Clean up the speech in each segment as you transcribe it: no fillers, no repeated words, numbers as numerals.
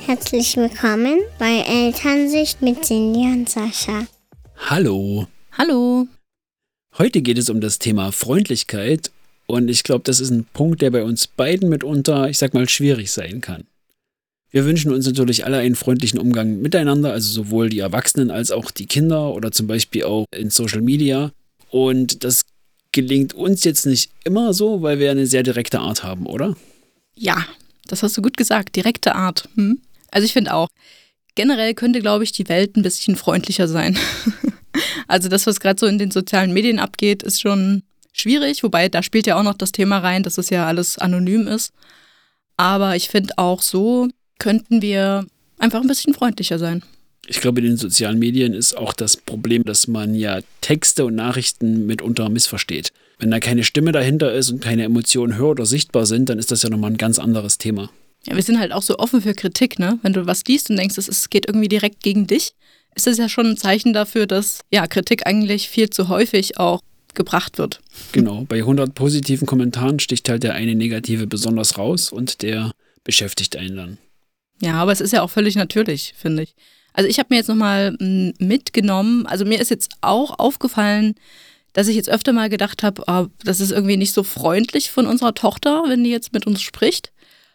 Herzlich willkommen bei Elternsicht mit Cindy und Sascha. Hallo. Hallo. Heute geht es um das Thema Freundlichkeit und ich glaube, das ist ein Punkt, der bei uns beiden mitunter, schwierig sein kann. Wir wünschen uns natürlich alle einen freundlichen Umgang miteinander, also sowohl die Erwachsenen als auch die Kinder oder zum Beispiel auch in Social Media. Und das gelingt uns jetzt nicht immer so, weil wir eine sehr direkte Art haben, oder? Ja, das hast du gut gesagt, direkte Art. Also ich finde auch, generell könnte, glaube ich, die Welt ein bisschen freundlicher sein. Also das, was gerade so in den sozialen Medien abgeht, ist schon schwierig. Wobei, da spielt ja auch noch das Thema rein, dass es ja alles anonym ist. Aber ich finde auch so könnten wir einfach ein bisschen freundlicher sein. Ich glaube, in den sozialen Medien ist auch das Problem, dass man ja Texte und Nachrichten mitunter missversteht. Wenn da keine Stimme dahinter ist und keine Emotionen hör- oder sichtbar sind, dann ist das ja nochmal ein ganz anderes Thema. Ja, wir sind halt auch so offen für Kritik, ne? Wenn du was liest und denkst, es geht irgendwie direkt gegen dich, ist das ja schon ein Zeichen dafür, dass ja Kritik eigentlich viel zu häufig auch gebracht wird. Genau, bei 100 positiven Kommentaren sticht halt der eine negative besonders raus und der beschäftigt einen dann. Ja, aber es ist ja auch völlig natürlich, finde ich. Also ich habe mir jetzt nochmal mitgenommen, also mir ist jetzt auch aufgefallen, dass ich jetzt öfter mal gedacht habe, oh, das ist irgendwie nicht so freundlich von unserer Tochter, wenn die jetzt mit uns spricht.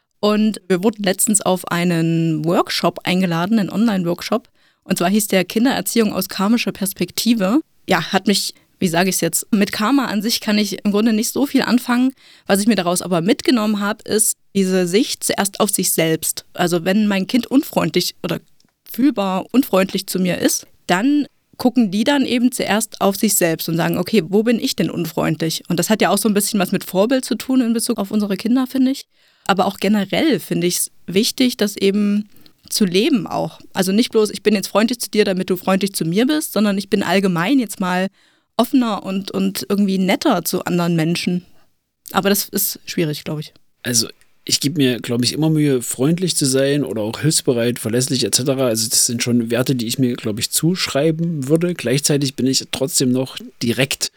Und wir wurden letztens auf einen Workshop eingeladen, einen Online-Workshop. Und zwar hieß der Kindererziehung aus karmischer Perspektive. Ja, hat mich, wie sage ich es jetzt, mit Karma an sich kann ich im Grunde nicht so viel anfangen. Was ich mir daraus aber mitgenommen habe, ist diese Sicht zuerst auf sich selbst. Also wenn mein Kind unfreundlich oder fühlbar unfreundlich zu mir ist, dann gucken die dann eben zuerst auf sich selbst und sagen, okay, wo bin ich denn unfreundlich? Und das hat ja auch so ein bisschen was mit Vorbild zu tun in Bezug auf unsere Kinder, finde ich. Aber auch generell finde ich es wichtig, das eben zu leben auch. Also nicht bloß, ich bin jetzt freundlich zu dir, damit du freundlich zu mir bist, sondern ich bin allgemein jetzt mal offener und irgendwie netter zu anderen Menschen. Aber das ist schwierig, glaube ich. Also ich gebe mir, glaube ich, immer Mühe, freundlich zu sein oder auch hilfsbereit, verlässlich etc. Also das sind schon Werte, die ich mir, glaube ich, zuschreiben würde. Gleichzeitig bin ich trotzdem noch direkt.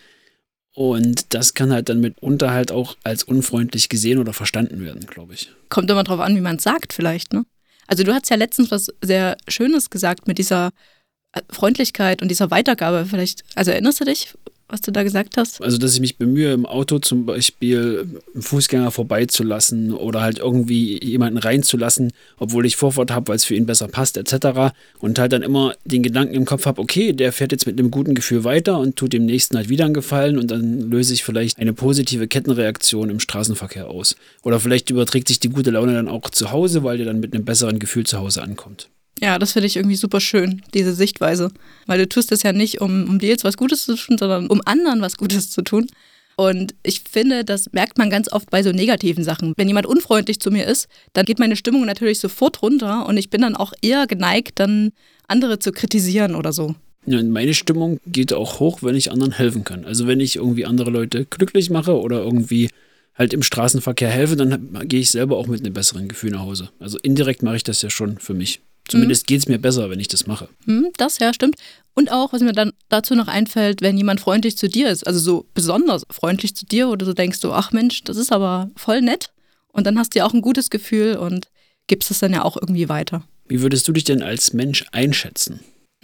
Und das kann halt dann mitunter halt auch als unfreundlich gesehen oder verstanden werden, glaube ich. Kommt immer drauf an, wie man es sagt vielleicht, ne? Also du hast ja letztens was sehr Schönes gesagt mit dieser Freundlichkeit und dieser Weitergabe. Vielleicht, also erinnerst du dich, was du da gesagt hast? Also, dass ich mich bemühe, im Auto zum Beispiel einen Fußgänger vorbeizulassen oder halt irgendwie jemanden reinzulassen, obwohl ich Vorfahrt habe, weil es für ihn besser passt, etc. Und halt dann immer den Gedanken im Kopf habe, okay, der fährt jetzt mit einem guten Gefühl weiter und tut dem Nächsten halt wieder einen Gefallen und dann löse ich vielleicht eine positive Kettenreaktion im Straßenverkehr aus. Oder vielleicht überträgt sich die gute Laune dann auch zu Hause, weil der dann mit einem besseren Gefühl zu Hause ankommt. Ja, das finde ich irgendwie super schön, diese Sichtweise. Weil du tust das ja nicht, um dir jetzt was Gutes zu tun, sondern um anderen was Gutes zu tun. Und ich finde, das merkt man ganz oft bei so negativen Sachen. Wenn jemand unfreundlich zu mir ist, dann geht meine Stimmung natürlich sofort runter und ich bin dann auch eher geneigt, dann andere zu kritisieren oder so. Ja, und meine Stimmung geht auch hoch, wenn ich anderen helfen kann. Also wenn ich irgendwie andere Leute glücklich mache oder irgendwie halt im Straßenverkehr helfe, dann gehe ich selber auch mit einem besseren Gefühl nach Hause. Also indirekt mache ich das ja schon für mich. Zumindest geht es mir besser, wenn ich das mache. Das, ja, stimmt. Und auch, was mir dann dazu noch einfällt, wenn jemand freundlich zu dir ist, also so besonders freundlich zu dir, wo du so denkst, so, ach Mensch, das ist aber voll nett. Und dann hast du ja auch ein gutes Gefühl und gibst es dann ja auch irgendwie weiter. Wie würdest du dich denn als Mensch einschätzen?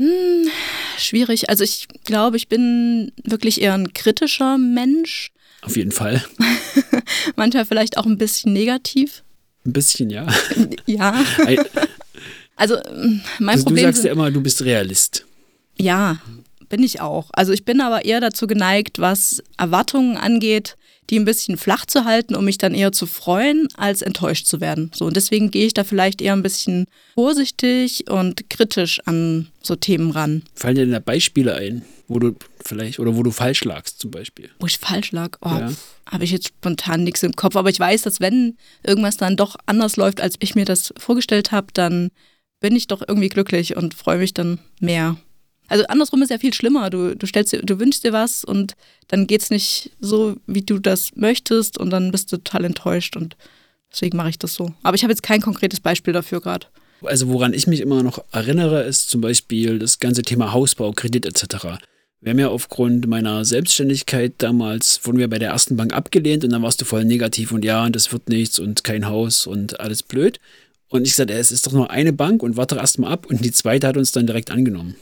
Schwierig. Also ich glaube, ich bin wirklich eher ein kritischer Mensch. Auf jeden Fall. Manchmal vielleicht auch ein bisschen negativ. Ein bisschen, ja. Ja. Also mein Problem. Du sagst ja immer, du bist Realist. Ja, bin ich auch. Also ich bin aber eher dazu geneigt, was Erwartungen angeht, die ein bisschen flach zu halten, um mich dann eher zu freuen, als enttäuscht zu werden. So, und deswegen gehe ich da vielleicht eher ein bisschen vorsichtig und kritisch an so Themen ran. Fallen dir denn da Beispiele ein, wo du vielleicht, oder wo du falsch lagst zum Beispiel? Wo ich falsch lag? Oh, Ja. Habe ich jetzt spontan nichts im Kopf. Aber ich weiß, dass wenn irgendwas dann doch anders läuft, als ich mir das vorgestellt habe, dann bin ich doch irgendwie glücklich und freue mich dann mehr. Also andersrum ist ja viel schlimmer. Du wünschst dir was und dann geht es nicht so, wie du das möchtest und dann bist du total enttäuscht und deswegen mache ich das so. Aber ich habe jetzt kein konkretes Beispiel dafür gerade. Also woran ich mich immer noch erinnere, ist zum Beispiel das ganze Thema Hausbau, Kredit etc. Wir haben ja aufgrund meiner Selbstständigkeit damals, wurden wir bei der ersten Bank abgelehnt und dann warst du voll negativ und ja, und das wird nichts und kein Haus und alles blöd. Und ich sagte, es ist doch nur eine Bank und warte erst mal ab. Und die zweite hat uns dann direkt angenommen.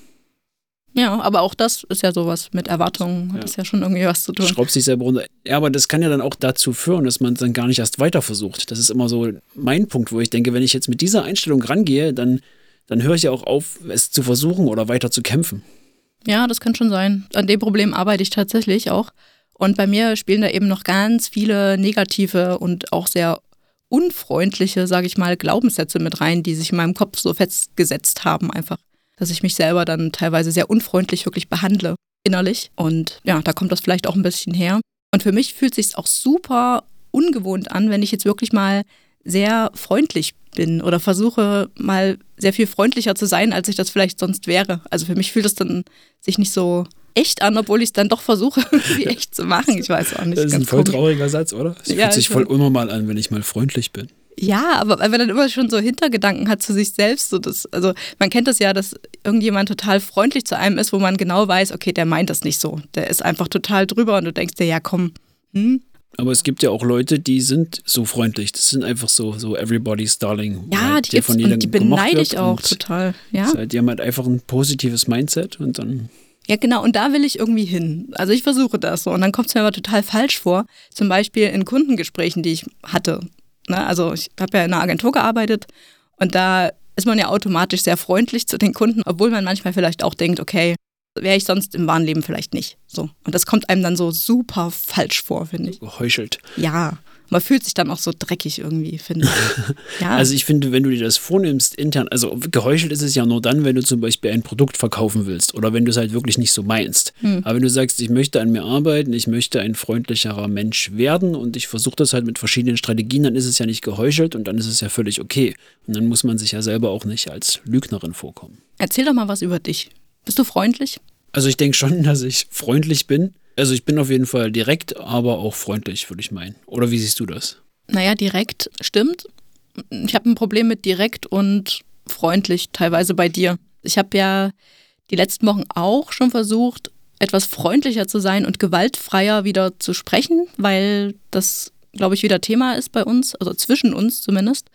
Ja, aber auch das ist ja sowas mit Erwartungen, hat das ja schon irgendwie was zu tun. Schraubt sich selber runter. Ja, aber das kann ja dann auch dazu führen, dass man es dann gar nicht erst weiter versucht. Das ist immer so mein Punkt, wo ich denke, wenn ich jetzt mit dieser Einstellung rangehe, dann höre ich ja auch auf, es zu versuchen oder weiter zu kämpfen. Ja, das kann schon sein. An dem Problem arbeite ich tatsächlich auch. Und bei mir spielen da eben noch ganz viele negative und auch sehr unfreundliche, sage ich mal, Glaubenssätze mit rein, die sich in meinem Kopf so festgesetzt haben einfach. Dass ich mich selber dann teilweise sehr unfreundlich wirklich behandle, innerlich. Und ja, da kommt das vielleicht auch ein bisschen her. Und für mich fühlt es sich auch super ungewohnt an, wenn ich jetzt wirklich mal sehr freundlich bin oder versuche mal sehr viel freundlicher zu sein, als ich das vielleicht sonst wäre. Also für mich fühlt es dann sich nicht so echt an, obwohl ich es dann doch versuche, irgendwie echt zu machen. Ich weiß auch nicht. Das ist ein voll trauriger Satz, oder? Es fühlt sich voll unnormal an, wenn ich mal freundlich bin. Ja, aber wenn man dann immer schon so Hintergedanken hat zu sich selbst, so das, also man kennt das ja, dass irgendjemand total freundlich zu einem ist, wo man genau weiß, okay, der meint das nicht so. Der ist einfach total drüber und du denkst dir, ja komm. Aber es gibt ja auch Leute, die sind so freundlich. Das sind einfach so everybody's darling. Ja, halt, die gibt's und die beneide ich auch total. Ja. Die haben halt einfach ein positives Mindset und dann... Ja, genau, und da will ich irgendwie hin. Also ich versuche das so und dann kommt es mir aber total falsch vor. Zum Beispiel in Kundengesprächen, die ich hatte. Ne? Also ich habe ja in einer Agentur gearbeitet und da ist man ja automatisch sehr freundlich zu den Kunden, obwohl man manchmal vielleicht auch denkt, okay, wäre ich sonst im wahren Leben vielleicht nicht. So. Und das kommt einem dann so super falsch vor, finde ich. Geheuchelt. Ja, man fühlt sich dann auch so dreckig irgendwie, finde ich. Ja. Also ich finde, wenn du dir das vornimmst intern, also geheuchelt ist es ja nur dann, wenn du zum Beispiel ein Produkt verkaufen willst oder wenn du es halt wirklich nicht so meinst. Aber wenn du sagst, ich möchte an mir arbeiten, ich möchte ein freundlicherer Mensch werden und ich versuche das halt mit verschiedenen Strategien, dann ist es ja nicht geheuchelt und dann ist es ja völlig okay. Und dann muss man sich ja selber auch nicht als Lügnerin vorkommen. Erzähl doch mal was über dich. Bist du freundlich? Also ich denke schon, dass ich freundlich bin. Also ich bin auf jeden Fall direkt, aber auch freundlich, würde ich meinen. Oder wie siehst du das? Naja, direkt stimmt. Ich habe ein Problem mit direkt und freundlich, teilweise bei dir. Ich habe ja die letzten Wochen auch schon versucht, etwas freundlicher zu sein und gewaltfreier wieder zu sprechen, weil das, glaube ich, wieder Thema ist bei uns, also zwischen uns zumindest.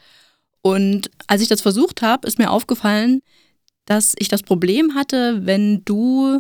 Und als ich das versucht habe, ist mir aufgefallen, dass ich das Problem hatte, wenn du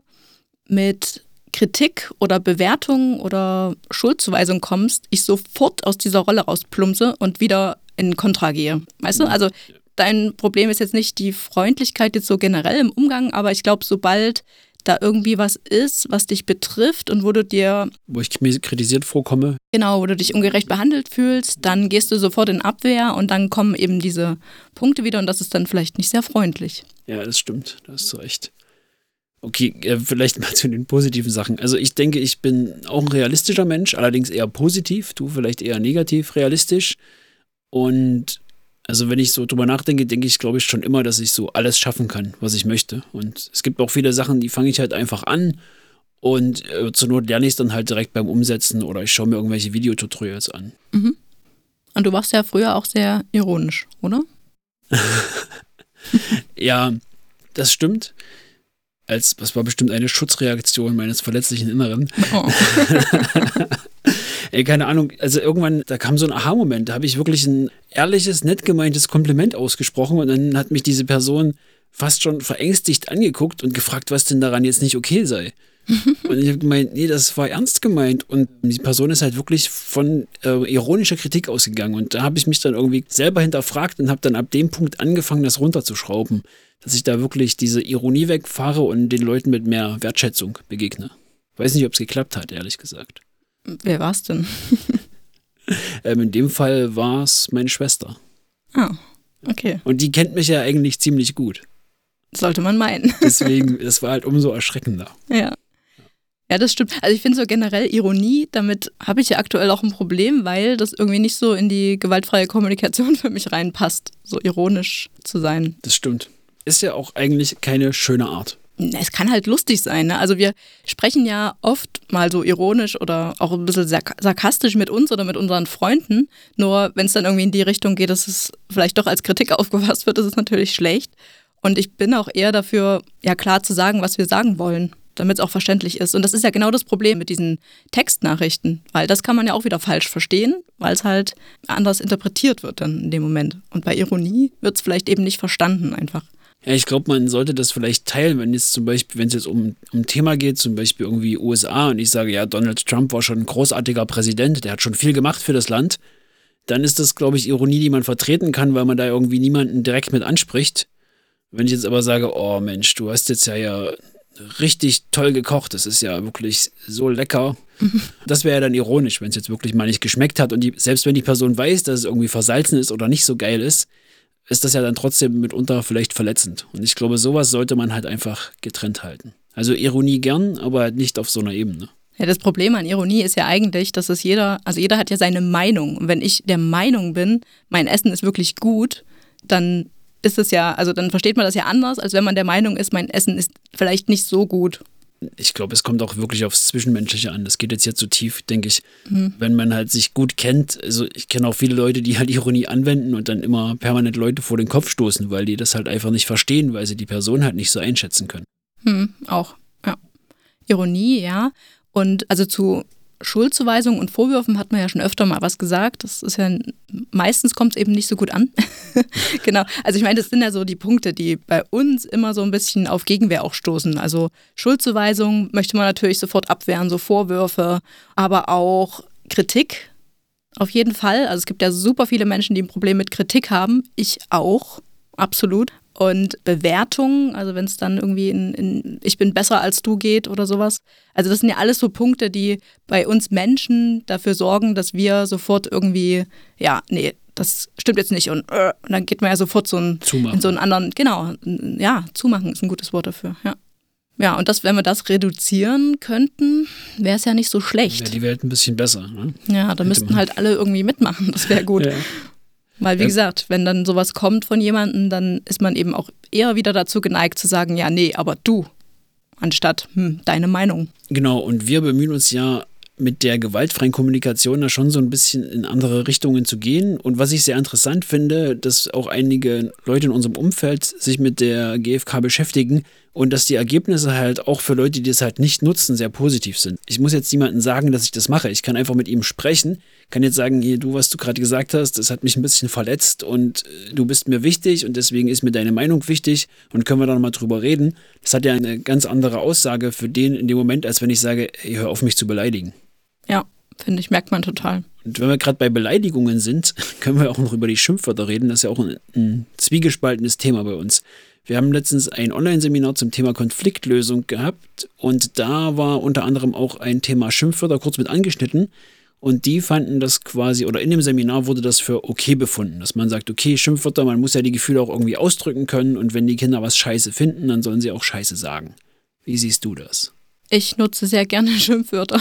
mit Kritik oder Bewertung oder Schuldzuweisung kommst, ich sofort aus dieser Rolle rausplumpse und wieder in Kontra gehe. Weißt du? Also dein Problem ist jetzt nicht die Freundlichkeit jetzt so generell im Umgang, aber ich glaube, sobald da irgendwie was ist, was dich betrifft und wo ich mir kritisiert vorkomme. Genau, wo du dich ungerecht behandelt fühlst, dann gehst du sofort in Abwehr und dann kommen eben diese Punkte wieder und das ist dann vielleicht nicht sehr freundlich. Ja, das stimmt, da hast du recht. Okay, vielleicht mal zu den positiven Sachen. Also ich denke, ich bin auch ein realistischer Mensch, allerdings eher positiv, du vielleicht eher negativ realistisch. Und also wenn ich so drüber nachdenke, denke ich, glaube ich, schon immer, dass ich so alles schaffen kann, was ich möchte. Und es gibt auch viele Sachen, die fange ich halt einfach an und zur Not lerne ich es dann halt direkt beim Umsetzen oder ich schaue mir irgendwelche Videotutorials an. Mhm. Und du warst ja früher auch sehr ironisch, oder? Ja, das stimmt. Was war bestimmt eine Schutzreaktion meines verletzlichen Inneren. Oh. Ey, keine Ahnung, also irgendwann, da kam so ein Aha-Moment, da habe ich wirklich ein ehrliches, nett gemeintes Kompliment ausgesprochen und dann hat mich diese Person fast schon verängstigt angeguckt und gefragt, was denn daran jetzt nicht okay sei. Und ich habe gemeint, nee, das war ernst gemeint und die Person ist halt wirklich von ironischer Kritik ausgegangen und da habe ich mich dann irgendwie selber hinterfragt und habe dann ab dem Punkt angefangen, das runterzuschrauben, dass ich da wirklich diese Ironie wegfahre und den Leuten mit mehr Wertschätzung begegne. Weiß nicht, ob es geklappt hat, ehrlich gesagt. Wer war's denn? In dem Fall war es meine Schwester. Ah, okay. Und die kennt mich ja eigentlich ziemlich gut. Sollte man meinen. Deswegen, es war halt umso erschreckender. Ja. Ja, das stimmt. Also ich finde so generell Ironie, damit habe ich ja aktuell auch ein Problem, weil das irgendwie nicht so in die gewaltfreie Kommunikation für mich reinpasst, so ironisch zu sein. Das stimmt. Ist ja auch eigentlich keine schöne Art. Es kann halt lustig sein, ne? Also wir sprechen ja oft mal so ironisch oder auch ein bisschen sarkastisch mit uns oder mit unseren Freunden. Nur wenn es dann irgendwie in die Richtung geht, dass es vielleicht doch als Kritik aufgefasst wird, ist es natürlich schlecht. Und ich bin auch eher dafür, ja klar zu sagen, was wir sagen wollen. damit es auch verständlich ist. Und das ist ja genau das Problem mit diesen Textnachrichten, weil das kann man ja auch wieder falsch verstehen, weil es halt anders interpretiert wird dann in dem Moment. Und bei Ironie wird es vielleicht eben nicht verstanden einfach. Ja, ich glaube, man sollte das vielleicht teilen, wenn es jetzt um ein Thema geht, zum Beispiel irgendwie USA, und ich sage, ja, Donald Trump war schon ein großartiger Präsident, der hat schon viel gemacht für das Land, dann ist das, glaube ich, Ironie, die man vertreten kann, weil man da irgendwie niemanden direkt mit anspricht. Wenn ich jetzt aber sage, oh Mensch, du hast jetzt ja richtig toll gekocht, das ist ja wirklich so lecker, das wäre ja dann ironisch, wenn es jetzt wirklich mal nicht geschmeckt hat und selbst wenn die Person weiß, dass es irgendwie versalzen ist oder nicht so geil ist das ja dann trotzdem mitunter vielleicht verletzend. Und ich glaube, sowas sollte man halt einfach getrennt halten. Also Ironie gern, aber halt nicht auf so einer Ebene. Ja, das Problem an Ironie ist ja eigentlich, dass jeder hat ja seine Meinung. Und wenn ich der Meinung bin, mein Essen ist wirklich gut, dann ist es ja, also dann versteht man das ja anders, als wenn man der Meinung ist, mein Essen ist vielleicht nicht so gut. Ich glaube, es kommt auch wirklich aufs Zwischenmenschliche an. Das geht jetzt hier zu tief, denke ich. Wenn man halt sich gut kennt, also ich kenne auch viele Leute, die halt Ironie anwenden und dann immer permanent Leute vor den Kopf stoßen, weil die das halt einfach nicht verstehen, weil sie die Person halt nicht so einschätzen können. Auch, ja. Ironie, ja. Und also zu Schuldzuweisungen und Vorwürfen hat man ja schon öfter mal was gesagt. Das ist ja, meistens kommt es eben nicht so gut an. Genau. Also ich meine, das sind ja so die Punkte, die bei uns immer so ein bisschen auf Gegenwehr auch stoßen. Also Schuldzuweisungen möchte man natürlich sofort abwehren, so Vorwürfe, aber auch Kritik auf jeden Fall. Also es gibt ja super viele Menschen, die ein Problem mit Kritik haben. Ich auch, absolut. Und Bewertungen, also wenn es dann irgendwie in ich bin besser als du geht oder sowas. Also das sind ja alles so Punkte, die bei uns Menschen dafür sorgen, dass wir sofort irgendwie, ja, nee, das stimmt jetzt nicht. Und dann geht man ja sofort in so einen anderen, genau, ja, zumachen ist ein gutes Wort dafür, ja. Ja, und wenn wir das reduzieren könnten, wäre es ja nicht so schlecht. Wäre die Welt ein bisschen besser. Ne? Ja, da müssten halt alle irgendwie mitmachen, das wäre gut. Ja. Weil, wie gesagt, wenn dann sowas kommt von jemandem, dann ist man eben auch eher wieder dazu geneigt zu sagen, ja, nee, aber du, anstatt deine Meinung. Genau, und wir bemühen uns ja mit der gewaltfreien Kommunikation da schon so ein bisschen in andere Richtungen zu gehen. Und was ich sehr interessant finde, dass auch einige Leute in unserem Umfeld sich mit der GfK beschäftigen und dass die Ergebnisse halt auch für Leute, die das halt nicht nutzen, sehr positiv sind. Ich muss jetzt niemandem sagen, dass ich das mache. Ich kann einfach mit ihm sprechen, kann jetzt sagen, hier, du, was du gerade gesagt hast, das hat mich ein bisschen verletzt und du bist mir wichtig und deswegen ist mir deine Meinung wichtig und können wir da nochmal drüber reden. Das hat ja eine ganz andere Aussage für den in dem Moment, als wenn ich sage, ey, hör auf mich zu beleidigen. Ja, finde ich, merkt man total. Und wenn wir gerade bei Beleidigungen sind, können wir auch noch über die Schimpfwörter reden. Das ist ja auch ein zwiegespaltenes Thema bei uns. Wir haben letztens ein Online-Seminar zum Thema Konfliktlösung gehabt und da war unter anderem auch ein Thema Schimpfwörter kurz mit angeschnitten und die fanden das quasi, oder in dem Seminar wurde das für okay befunden, dass man sagt, okay, Schimpfwörter, man muss ja die Gefühle auch irgendwie ausdrücken können und wenn die Kinder was Scheiße finden, dann sollen sie auch Scheiße sagen. Wie siehst du das? Ich nutze sehr gerne Schimpfwörter.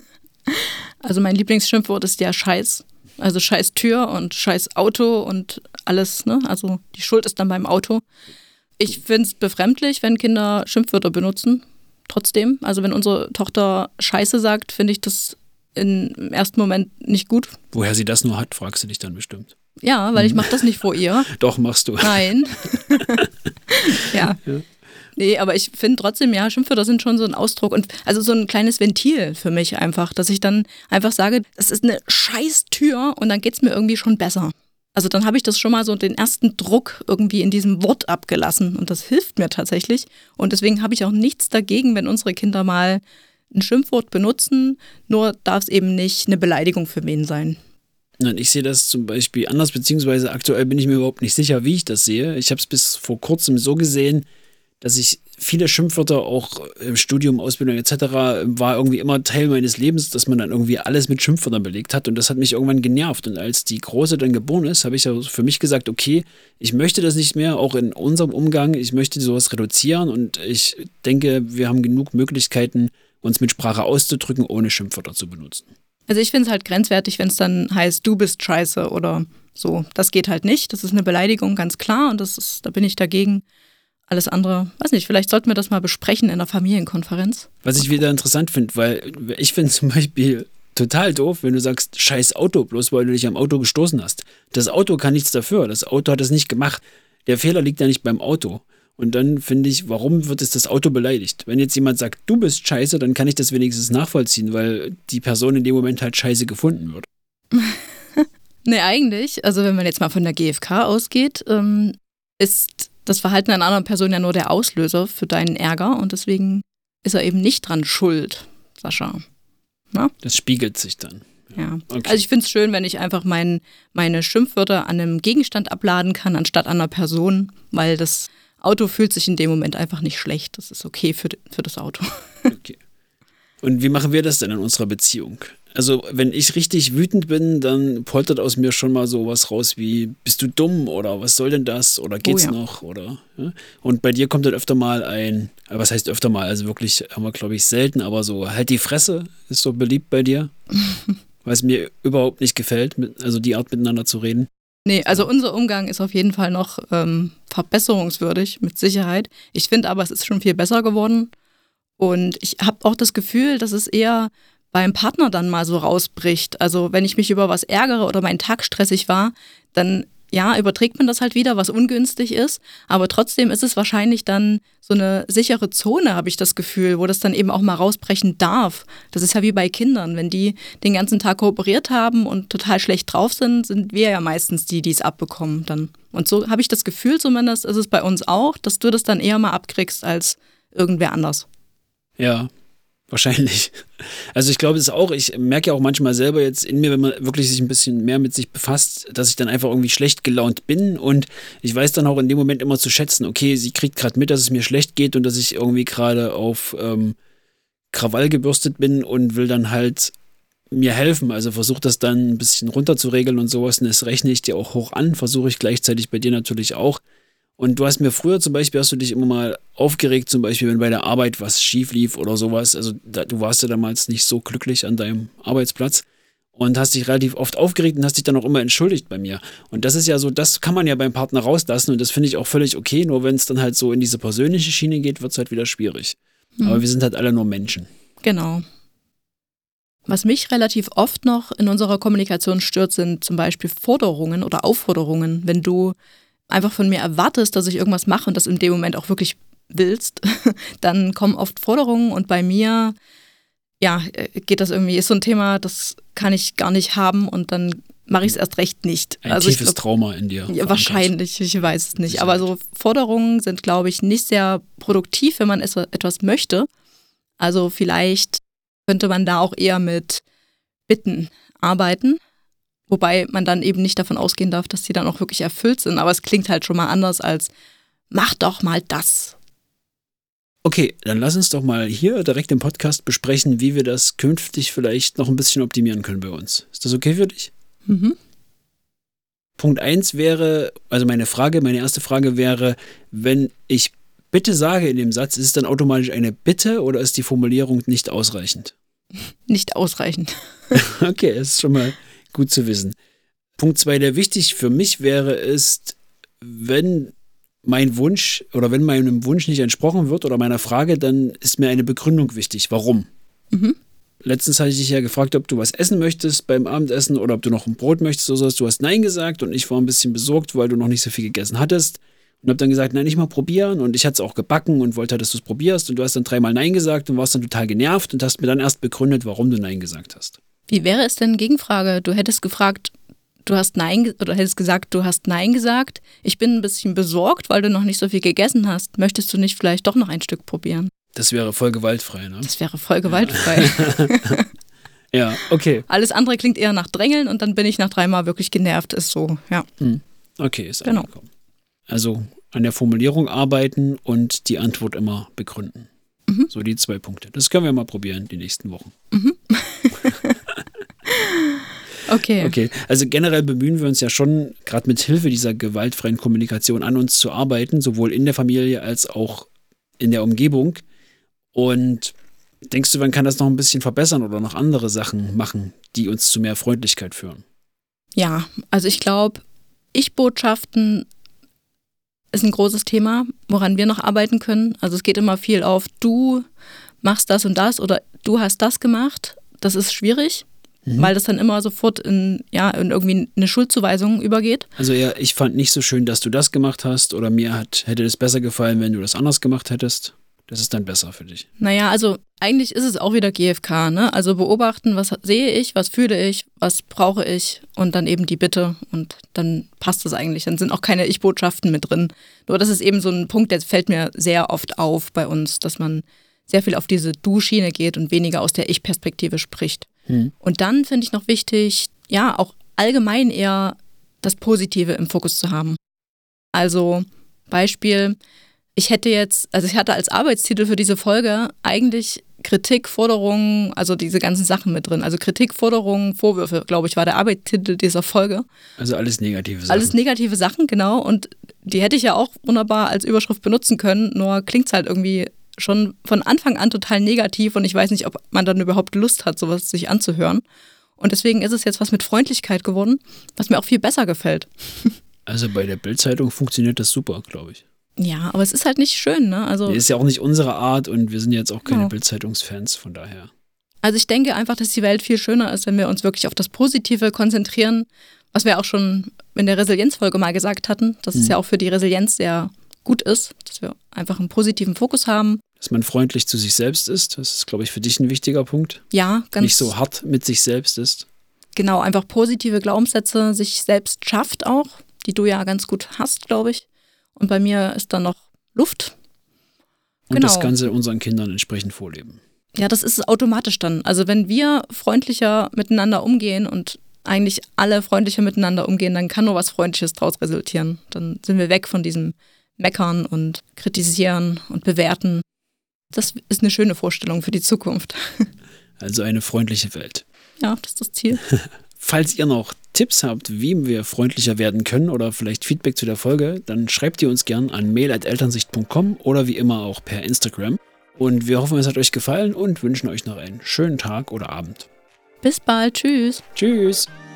Also mein Lieblingsschimpfwort ist ja Scheiß. Also Scheiß Tür und Scheiß Auto und alles, ne? Also die Schuld ist dann beim Auto. Ich finde es befremdlich, wenn Kinder Schimpfwörter benutzen. Trotzdem. Also wenn unsere Tochter Scheiße sagt, finde ich das im ersten Moment nicht gut. Woher sie das nur hat, fragst du dich dann bestimmt. Ja, weil ich mache das nicht vor ihr. Doch, machst du. Nein. Ja. Nee, aber ich finde trotzdem, ja, Schimpfwörter sind schon so ein Ausdruck und also so ein kleines Ventil für mich einfach, dass ich dann einfach sage, das ist eine scheiß Tür und dann geht es mir irgendwie schon besser. Also dann habe ich das schon mal so den ersten Druck irgendwie in diesem Wort abgelassen und das hilft mir tatsächlich und deswegen habe ich auch nichts dagegen, wenn unsere Kinder mal ein Schimpfwort benutzen, nur darf es eben nicht eine Beleidigung für wen sein. Nein, ich sehe das zum Beispiel anders, beziehungsweise aktuell bin ich mir überhaupt nicht sicher, wie ich das sehe. Ich habe es bis vor kurzem so gesehen, dass ich viele Schimpfwörter auch im Studium, Ausbildung etc. war irgendwie immer Teil meines Lebens, dass man dann irgendwie alles mit Schimpfwörtern belegt hat und das hat mich irgendwann genervt und als die Große dann geboren ist, habe ich ja für mich gesagt, okay, ich möchte das nicht mehr, auch in unserem Umgang, ich möchte sowas reduzieren und ich denke, wir haben genug Möglichkeiten, uns mit Sprache auszudrücken, ohne Schimpfwörter zu benutzen. Also ich finde es halt grenzwertig, wenn es dann heißt, du bist scheiße oder so. Das geht halt nicht, das ist eine Beleidigung, ganz klar und da bin ich dagegen. Alles andere, weiß nicht, vielleicht sollten wir das mal besprechen in einer Familienkonferenz. Was ich wieder interessant finde, weil ich finde zum Beispiel total doof, wenn du sagst, scheiß Auto, bloß weil du dich am Auto gestoßen hast. Das Auto kann nichts dafür, das Auto hat es nicht gemacht. Der Fehler liegt ja nicht beim Auto. Und dann finde ich, warum wird jetzt das Auto beleidigt? Wenn jetzt jemand sagt, du bist scheiße, dann kann ich das wenigstens nachvollziehen, weil die Person in dem Moment halt scheiße gefunden wird. Nee, eigentlich, also wenn man jetzt mal von der GfK ausgeht, ist das Verhalten einer anderen Person ja nur der Auslöser für deinen Ärger und deswegen ist er eben nicht dran schuld, Sascha. Na? Das spiegelt sich dann. Ja. Okay. Also ich finde es schön, wenn ich einfach meine Schimpfwörter an einem Gegenstand abladen kann, anstatt an einer Person, weil das Auto fühlt sich in dem Moment einfach nicht schlecht. Das ist okay für das Auto. Okay. Und wie machen wir das denn in unserer Beziehung? Also, wenn ich richtig wütend bin, dann poltert aus mir schon mal sowas raus wie, bist du dumm oder was soll denn das oder geht's noch oder ja? Und bei dir kommt dann öfter mal was heißt öfter mal, also wirklich haben wir glaube ich selten, aber so halt die Fresse ist so beliebt bei dir, weil es mir überhaupt nicht gefällt, also die Art miteinander zu reden. Nee, also unser Umgang ist auf jeden Fall noch verbesserungswürdig, mit Sicherheit. Ich finde aber, es ist schon viel besser geworden und ich habe auch das Gefühl, dass es eher beim Partner dann mal so rausbricht. Also wenn ich mich über was ärgere oder mein Tag stressig war, dann ja, überträgt man das halt wieder, was ungünstig ist. Aber trotzdem ist es wahrscheinlich dann so eine sichere Zone, habe ich das Gefühl, wo das dann eben auch mal rausbrechen darf. Das ist ja wie bei Kindern. Wenn die den ganzen Tag kooperiert haben und total schlecht drauf sind, sind wir ja meistens die es abbekommen dann. Und so habe ich das Gefühl zumindest, ist es bei uns auch, dass du das dann eher mal abkriegst als irgendwer anders. Ja, wahrscheinlich. Also ich glaube es auch, ich merke ja auch manchmal selber jetzt in mir, wenn man wirklich sich ein bisschen mehr mit sich befasst, dass ich dann einfach irgendwie schlecht gelaunt bin und ich weiß dann auch in dem Moment immer zu schätzen, okay, sie kriegt gerade mit, dass es mir schlecht geht und dass ich irgendwie gerade auf Krawall gebürstet bin und will dann halt mir helfen, also versuche das dann ein bisschen runterzuregeln und sowas und das rechne ich dir auch hoch an, versuche ich gleichzeitig bei dir natürlich auch. Und du hast mir früher zum Beispiel, hast du dich immer mal aufgeregt, zum Beispiel, wenn bei der Arbeit was schief lief oder sowas. Also du warst ja damals nicht so glücklich an deinem Arbeitsplatz und hast dich relativ oft aufgeregt und hast dich dann auch immer entschuldigt bei mir. Und das ist ja so, das kann man ja beim Partner rauslassen und das finde ich auch völlig okay. Nur wenn es dann halt so in diese persönliche Schiene geht, wird es halt wieder schwierig. Aber wir sind halt alle nur Menschen. Genau. Was mich relativ oft noch in unserer Kommunikation stört, sind zum Beispiel Forderungen oder Aufforderungen, wenn du einfach von mir erwartest, dass ich irgendwas mache und das in dem Moment auch wirklich willst, dann kommen oft Forderungen und bei mir, ja, geht das irgendwie, ist so ein Thema, das kann ich gar nicht haben und dann mache ich es erst recht nicht. Ein tiefes Trauma in dir. Ja, wahrscheinlich, ich weiß es nicht. Aber so Forderungen sind, glaube ich, nicht sehr produktiv, wenn man etwas möchte. Also vielleicht könnte man da auch eher mit Bitten arbeiten. Wobei man dann eben nicht davon ausgehen darf, dass die dann auch wirklich erfüllt sind. Aber es klingt halt schon mal anders als, mach doch mal das. Okay, dann lass uns doch mal hier direkt im Podcast besprechen, wie wir das künftig vielleicht noch ein bisschen optimieren können bei uns. Ist das okay für dich? Mhm. Punkt 1 wäre, also meine erste Frage wäre, wenn ich bitte sage in dem Satz, ist es dann automatisch eine Bitte oder ist die Formulierung nicht ausreichend? Nicht ausreichend. Okay, das ist schon mal gut zu wissen. Punkt 2, der wichtig für mich wäre, ist, wenn mein Wunsch oder wenn meinem Wunsch nicht entsprochen wird oder meiner Frage, dann ist mir eine Begründung wichtig. Warum? Mhm. Letztens hatte ich dich ja gefragt, ob du was essen möchtest beim Abendessen oder ob du noch ein Brot möchtest oder sowas. Du hast Nein gesagt und ich war ein bisschen besorgt, weil du noch nicht so viel gegessen hattest. Und habe dann gesagt, nein, nicht mal probieren. Und ich hatte es auch gebacken und wollte, dass du es probierst. Und du hast dann 3-mal Nein gesagt und warst dann total genervt und hast mir dann erst begründet, warum du Nein gesagt hast. Wie wäre es denn Gegenfrage? Du hättest gefragt, du hast Nein oder hättest gesagt, du hast Nein gesagt. Ich bin ein bisschen besorgt, weil du noch nicht so viel gegessen hast. Möchtest du nicht vielleicht doch noch ein Stück probieren? Das wäre voll gewaltfrei, ne? Das wäre voll gewaltfrei. Ja, okay. Alles andere klingt eher nach Drängeln und dann bin ich nach 3-mal wirklich genervt, ist so, ja. Okay, ist Genau. angekommen. Also an der Formulierung arbeiten und die Antwort immer begründen. So die 2 Punkte. Das können wir mal probieren die nächsten Wochen. Okay, also generell bemühen wir uns ja schon, gerade mit Hilfe dieser gewaltfreien Kommunikation an uns zu arbeiten, sowohl in der Familie als auch in der Umgebung. Und denkst du, man kann das noch ein bisschen verbessern oder noch andere Sachen machen, die uns zu mehr Freundlichkeit führen? Ja, also ich glaube, Ich-Botschaften ist ein großes Thema, woran wir noch arbeiten können. Also es geht immer viel auf, du machst das und das oder du hast das gemacht. Das ist schwierig. weil das dann immer sofort in irgendwie eine Schuldzuweisung übergeht. Also eher, ich fand nicht so schön, dass du das gemacht hast oder hätte das besser gefallen, wenn du das anders gemacht hättest. Das ist dann besser für dich. Naja, also eigentlich ist es auch wieder GFK, ne? Also beobachten, was sehe ich, was fühle ich, was brauche ich und dann eben die Bitte und dann passt das eigentlich. Dann sind auch keine Ich-Botschaften mit drin. Nur das ist eben so ein Punkt, der fällt mir sehr oft auf bei uns, dass man sehr viel auf diese Du-Schiene geht und weniger aus der Ich-Perspektive spricht. Und dann finde ich noch wichtig, ja, auch allgemein eher das Positive im Fokus zu haben. Also Beispiel, ich hatte als Arbeitstitel für diese Folge eigentlich Kritik, Forderungen, also diese ganzen Sachen mit drin. Also Kritik, Forderungen, Vorwürfe, glaube ich, war der Arbeitstitel dieser Folge. Also alles negative Sachen. Alles negative Sachen, genau. Und die hätte ich ja auch wunderbar als Überschrift benutzen können, nur klingt es halt irgendwie schon von Anfang an total negativ und ich weiß nicht, ob man dann überhaupt Lust hat, sowas sich anzuhören. Und deswegen ist es jetzt was mit Freundlichkeit geworden, was mir auch viel besser gefällt. Also bei der Bild-Zeitung funktioniert das super, glaube ich. Ja, aber es ist halt nicht schön, ne? Also, ist ja auch nicht unsere Art und wir sind jetzt auch keine Bild-Zeitungsfans, von daher. Also ich denke einfach, dass die Welt viel schöner ist, wenn wir uns wirklich auf das Positive konzentrieren, was wir auch schon in der Resilienzfolge mal gesagt hatten, dass es ja auch für die Resilienz sehr gut ist, dass wir einfach einen positiven Fokus haben. Dass man freundlich zu sich selbst ist, das ist, glaube ich, für dich ein wichtiger Punkt. Ja, ganz. Nicht so hart mit sich selbst ist. Genau, einfach positive Glaubenssätze sich selbst schafft auch, die du ja ganz gut hast, glaube ich. Und bei mir ist dann noch Luft. Und das Ganze unseren Kindern entsprechend vorleben. Ja, das ist automatisch dann. Also wenn wir freundlicher miteinander umgehen und eigentlich alle freundlicher miteinander umgehen, dann kann nur was Freundliches draus resultieren. Dann sind wir weg von diesem Meckern und Kritisieren und Bewerten. Das ist eine schöne Vorstellung für die Zukunft. Also eine freundliche Welt. Ja, das ist das Ziel. Falls ihr noch Tipps habt, wie wir freundlicher werden können oder vielleicht Feedback zu der Folge, dann schreibt ihr uns gern an mail@elternsicht.com oder wie immer auch per Instagram. Und wir hoffen, es hat euch gefallen und wünschen euch noch einen schönen Tag oder Abend. Bis bald. Tschüss. Tschüss.